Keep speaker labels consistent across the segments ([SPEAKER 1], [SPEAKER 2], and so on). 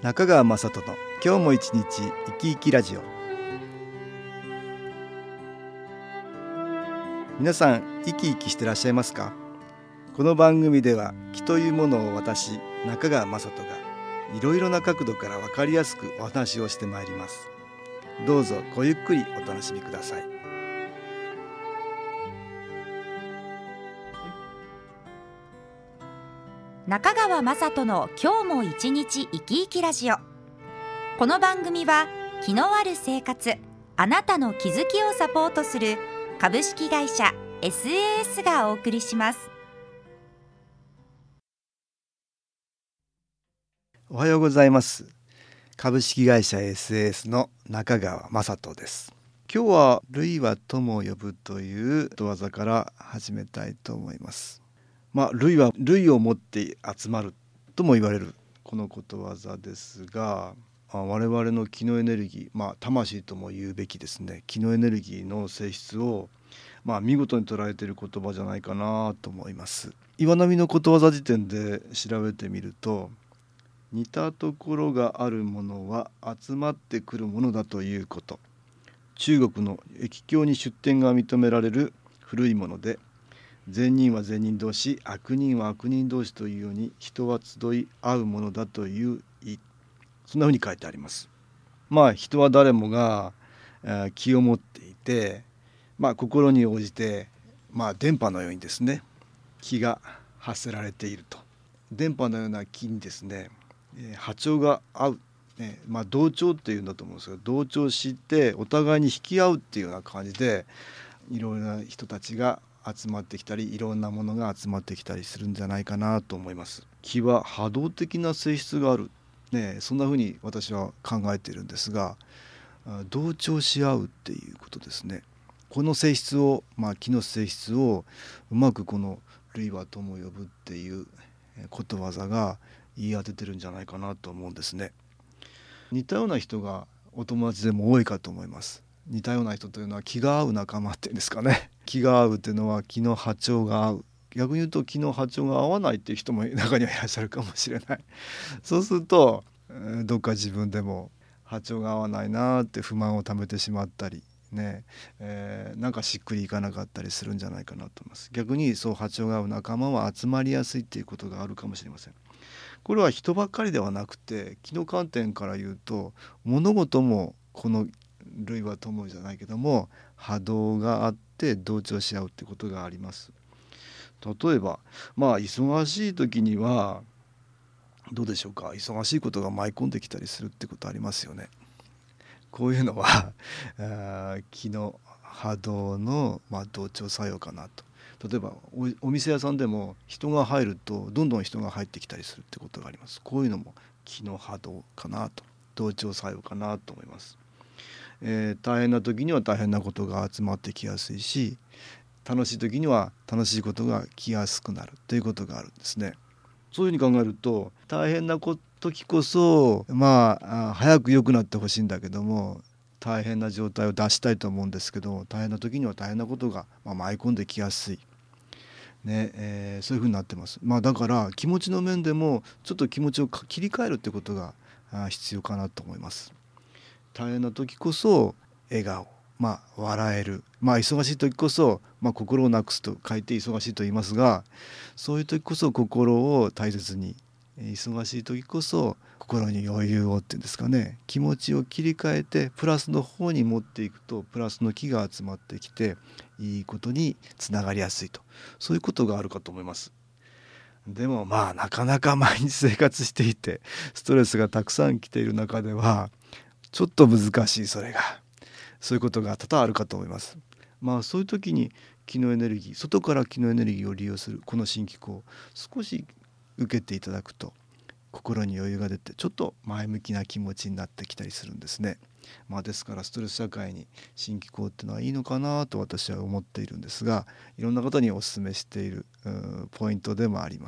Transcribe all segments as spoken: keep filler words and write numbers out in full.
[SPEAKER 1] 中川雅人の今日も一日生き生きラジオ。皆さん生き生きしてらっしゃいますか？この番組では気というものを私中川雅人がいろいろな角度から分かりやすくお話をしてまいります。どうぞごゆっくりお楽しみください。
[SPEAKER 2] 中川雅人の今日も一日生き生きラジオ。この番組は気のある生活、あなたの気づきをサポートする株式会社 エスエーエス がお送りします。
[SPEAKER 1] おはようございます。株式会社 エスエーエス の中川雅人です。今日は類は友を呼ぶということわざから始めたいと思います。まあ、類は類を持って集まるとも言われるこのことわざですが、我々の気のエネルギー、まあ、魂とも言うべきですね、気のエネルギーの性質を、まあ、見事に捉えている言葉じゃないかなと思います。岩波のことわざ辞典で調べてみると、似たところがあるものは集まってくるものだということ。中国の易経に出典が認められる古いもので、善人は善人同士、悪人は悪人同士というように人は集い合うものだという意、そんなふうに書いてあります。まあ人は誰もが、えー、気を持っていて、まあ、心に応じて、まあ、電波のようにですね気が発せられていると。電波のような気にですね、えー、波長が合う、ね、まあ、同調っていうんだと思うんですが、同調してお互いに引き合うっていうような感じでいろいろな人たちが集まってきたり、いろんなものが集まってきたりするんじゃないかなと思います。気は波動的な性質がある、ね、そんなふうに私は考えているんですが、同調し合うっていうことですね。この性質を、まあ、気の性質をうまくこの類は友を呼ぶっていうことわざが言い当ててるんじゃないかなと思うんですね。似たような人がお友達でも多いかと思います。似たような人というのは気が合う仲間っていうんですかね。気が合うというのは気の波長が合う。逆に言うと気の波長が合わないっていう人も中にはいらっしゃるかもしれない。そうするとどっか自分でも波長が合わないなって不満をためてしまったりね、えー、なんかしっくりいかなかったりするんじゃないかなと思います。逆にそう波長が合う仲間は集まりやすいっていうことがあるかもしれません。これは人ばっかりではなくて、気の観点から言うと物事もこの類は友じゃないけども波動があって同調し合うってことがあります。例えばまあ忙しい時にはどうでしょうか、忙しいことが舞い込んできたりするってことありますよね。こういうのは気の波動の、まあ、同調作用かなと。例えば お, お店屋さんでも人が入るとどんどん人が入ってきたりするってことがあります。こういうのも気の波動かなと、同調作用かなと思います。えー、大変な時には大変なことが集まってきやすいし、楽しい時には楽しいことが来やすくなるということがあるんですね。そういうふうに考えると、大変な時こそまあ早く良くなってほしいんだけども、大変な状態を出したいと思うんですけど、大変な時には大変なことが、まあ、舞い込んできやすい、ねえー、そういうふうになってます。まあ、だから気持ちの面でもちょっと気持ちを切り替えるってことが必要かなと思います。大変な時こそ笑顔、まあ、笑える、まあ、忙しい時こそ、まあ、心をなくすと書いて忙しいと言いますが、そういう時こそ心を大切に、忙しい時こそ心に余裕をっていうんですかね、気持ちを切り替えてプラスの方に持っていくとプラスの気が集まってきていいことにつながりやすいと、そういうことがあるかと思います。でもまあなかなか毎日生活していてストレスがたくさん来ている中ではちょっと難しい、それがそういうことが多々あるかと思います。まあそういう時に気のエネルギー、外から気のエネルギーを利用するこの新機構を少し受けていただくと心に余裕が出てちょっと前向きな気持ちになってきたりするんですね。まあ、ですからストレス社会に新機構っていうのはいいのかなと私は思っているんですが、いろんな方にお勧めしているポイントでもあります。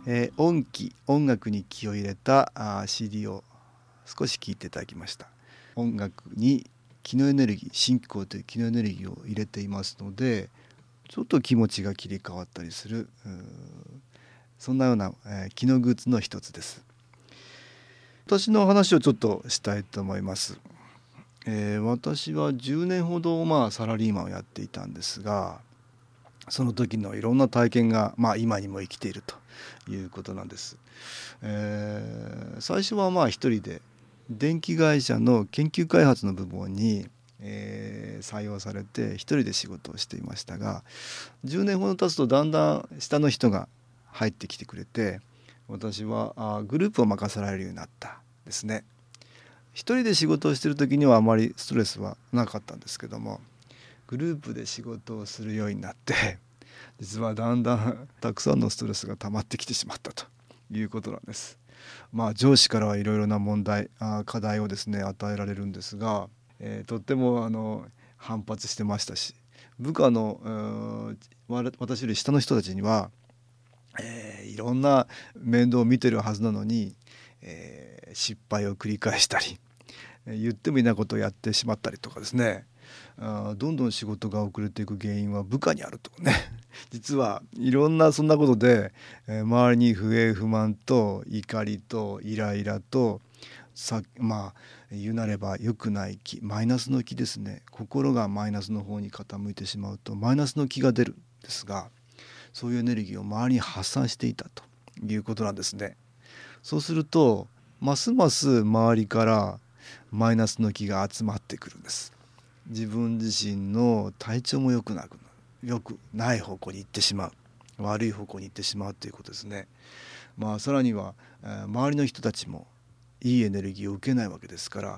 [SPEAKER 1] えー、音気音楽に気を入れたあ シーディー を少し聴いていただきました。音楽に気のエネルギー、新気候という気のエネルギーを入れていますので、ちょっと気持ちが切り替わったりする、そんなような、えー、気のグッズの一つです。私の話をちょっとしたいと思います。えー、私はじゅうねんほど、まあ、サラリーマンをやっていたんですが、その時のいろんな体験が、まあ、今にも生きているということなんです。えー、最初はまあ一人で電気会社の研究開発の部門に、えー、採用されて一人で仕事をしていましたが、じゅうねんほど経つとだんだん下の人が入ってきてくれて、私はあグループを任せられるようになったですね。一人で仕事をしている時にはあまりストレスはなかったんですけども、グループで仕事をするようになって実はだんだんたくさんのストレスが溜まってきてしまったということなんです。まあ上司からはいろいろな問題あ課題をですね与えられるんですが、えー、とってもあの反発してましたし、部下の私より下の人たちには、えー、いろんな面倒を見てるはずなのに、えー、失敗を繰り返したり、言ってもいないことをやってしまったりとかですね、あどんどん仕事が遅れていく原因は部下にあるとかね実はいろんなそんなことで、えー、周りに不平不満と怒りとイライラとさまあ言うなれば良くない気、マイナスの気ですね。心がマイナスの方に傾いてしまうとマイナスの気が出るんですが、そういうエネルギーを周りに発散していたということなんですね。そうするとますます周りからマイナスの気が集まってくるんです。自分自身の体調も良くなく良くない方向に行ってしまう、悪い方向に行ってしまうということですね。まあさらには周りの人たちもいいエネルギーを受けないわけですから、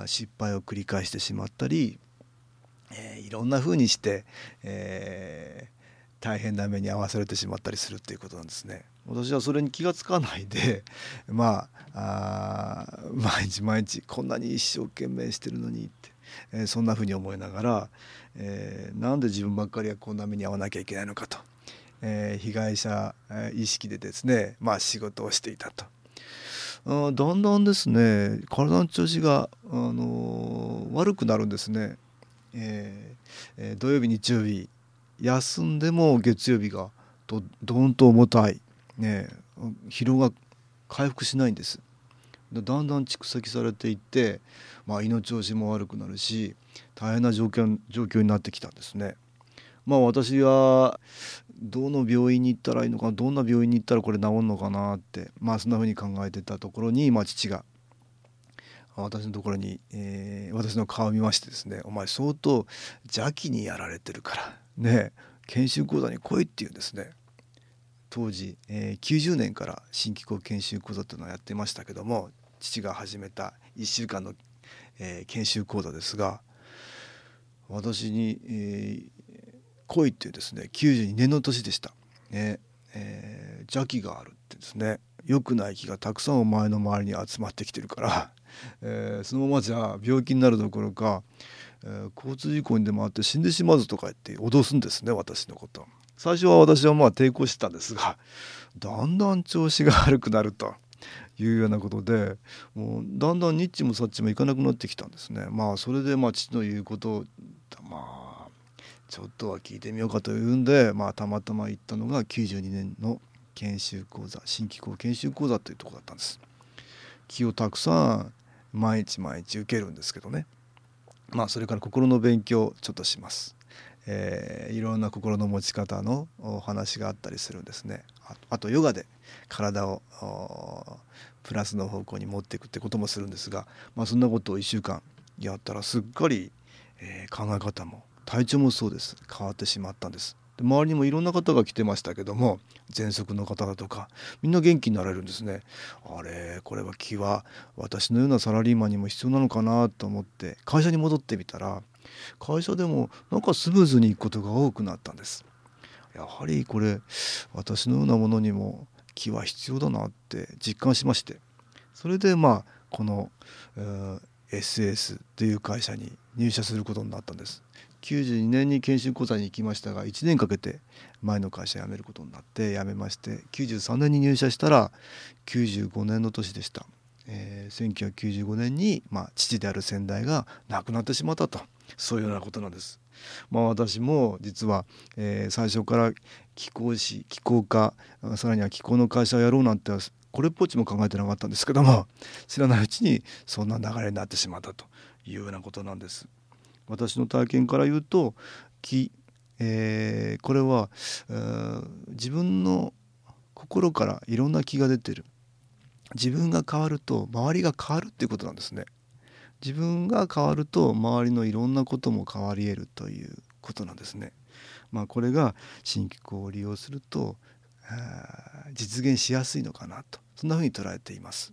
[SPEAKER 1] 失敗を繰り返してしまったり、えー、いろんな風にして、えー大変な目に遭わされてしまったりするっていうことなんですね。私はそれに気がつかないでまあ、あ毎日毎日こんなに一生懸命してるのにって、えー、そんなふうに思いながら、えー、なんで自分ばっかりはこんな目に遭わなきゃいけないのかと、えー、被害者意識でですね、まあ、仕事をしていたと。あだんだんですね体の調子が、あのー、悪くなるんですね。えーえー、土曜日日曜日休んでも月曜日がどどんと重たい、ね、疲労が回復しないんです。だんだん蓄積されていって、まあ、胃の調子も悪くなるし大変な状況、状況になってきたんですね。まあ私はどの病院に行ったらいいのか、どんな病院に行ったらこれ治るのかなって、まあそんな風に考えてたところに、まあ、父が私のところに、えー、私の顔を見ましてですね、お前相当邪気にやられてるからね研修講座に来いっていうんですね。当時、えー、きゅうじゅうねんから新気候研修講座というのをやってましたけども、父が始めたいっしゅうかんの、えー、研修講座ですが、私に、えー、来いっていうですねきゅうじゅうにねんの年でした、ねえー、邪気があるってですね、良くない気がたくさんお前の周りに集まってきてるからえー、そのままじゃ病気になるどころか、えー、交通事故にでもあって死んでしまうぞとか言って脅すんですね、私のこと。最初は私はまあ抵抗してたんですが、だんだん調子が悪くなるというようなことで、もうだんだんニッチもサッチもいかなくなってきたんですね。まあそれでまあ父の言うことをまあちょっとは聞いてみようかというんで、まあ、たまたま行ったのがきゅうじゅうにねんの研修講座、新気候研修講座というところだったんです。気をたくさん毎日毎日受けるんですけどね、まあそれから心の勉強をちょっとします。えー、いろんな心の持ち方のお話があったりするんですね。あと、あとヨガで体をプラスの方向に持っていくってこともするんですが、まあ、そんなことをいっしゅうかんやったらすっかり、えー、考え方も体調もそうです、変わってしまったんです。で周りにもいろんな方が来てましたけども、喘息の方だとかみんな元気になれるんですね。あれこれは気は私のようなサラリーマンにも必要なのかなと思って会社に戻ってみたら、会社でもなんかスムーズにいくことが多くなったんです。やはりこれ私のようなものにも気は必要だなって実感しまして、それでまあこの、えー、エスエス っていう会社に入社することになったんです。 きゅうじゅうにねんに研修講座に行きましたがいちねんかけて前の会社辞めることになって辞めまして、きゅうじゅうさんねんに入社したらきゅうじゅうごねんの年でした。えー、せんきゅうひゃくきゅうじゅうごねんに、まあ、父である先代が亡くなってしまったと、そういうようなことなんです。まあ、私も実は、えー、最初から気候士気候家、さらには気候の会社をやろうなんてこれっぽっちも考えてなかったんですけども、知らないうちにそんな流れになってしまったというようなことなんです。私の体験から言うと気、えー、これは、えー、自分の心からいろんな気が出てる。自分が変わると周りが変わるっていうことなんですね。自分が変わると周りのいろんなことも変わり得るということなんですね。まあ、これが新気候を利用すると実現しやすいのかなと、そんなふうに捉えています。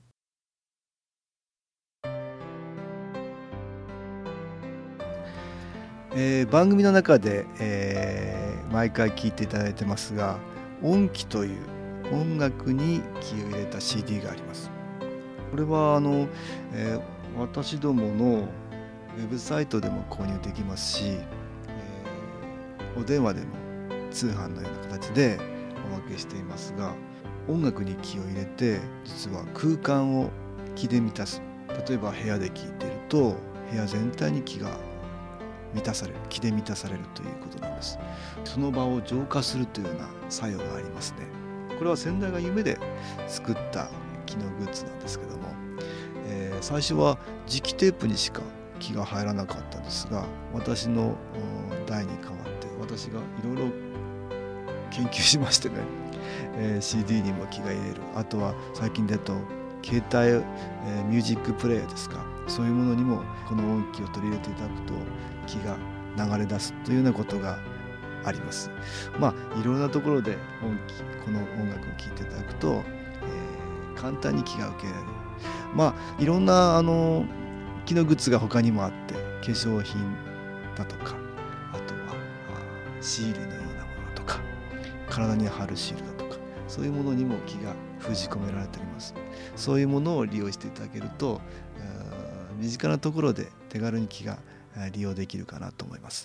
[SPEAKER 1] えー、番組の中で、えー、毎回聴いていただいてますが、音気という音楽に気を入れた シーディー があります。これはあの、えー、私どものウェブサイトでも購入できますし、えー、お電話でも通販のような形でお分けしていますが、音楽に気を入れて実は空間を気で満たす。例えば部屋で聴いていると部屋全体に気が満たされる、気で満たされるということなんです。その場を浄化するというような作用がありますね。これは先代が夢で作った気のグッズなんですけども、えー、最初は磁気テープにしか気が入らなかったんですが、私の代に代わって私がいろいろ研究しましてね、えー、シーディー にも気が入れる、あとは最近だと携帯、えー、ミュージックプレイヤーですか、そういうものにもこの音気を取り入れていただくと気が流れ出すというようなことがあります。まあいろんなところで音気、この音楽を聴いていただくと、えー、簡単に気が受けられる。まあいろんなあの気のグッズが他にもあって、化粧品だとか、あとはシールのようなものとか、体に貼るシールだとか、そういうものにも気が封じ込められております。そういうものを利用していただけると、身近なところで手軽に気が利用できるかなと思います。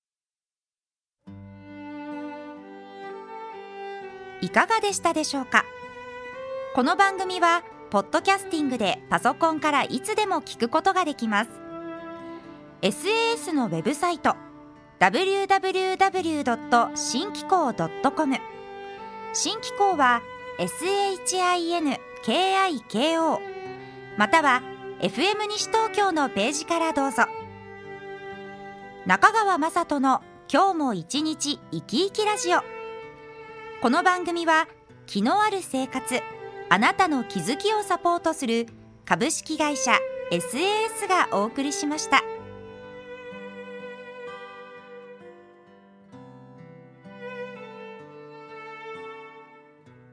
[SPEAKER 2] いかがでしたでしょうか。この番組はポッドキャスティングでパソコンからいつでも聞くことができます。 エスエーエス のウェブサイト ダブリューダブリューダブリュードットシンキコードットコム、 新気候は エスエイチアイエヌケーアイケーオー または エフエム 西東京のページからどうぞ。中川雅人の今日も一日生き生きラジオ。この番組は気のある生活、あなたの気づきをサポートする株式会社 エスエーエス がお送りしました。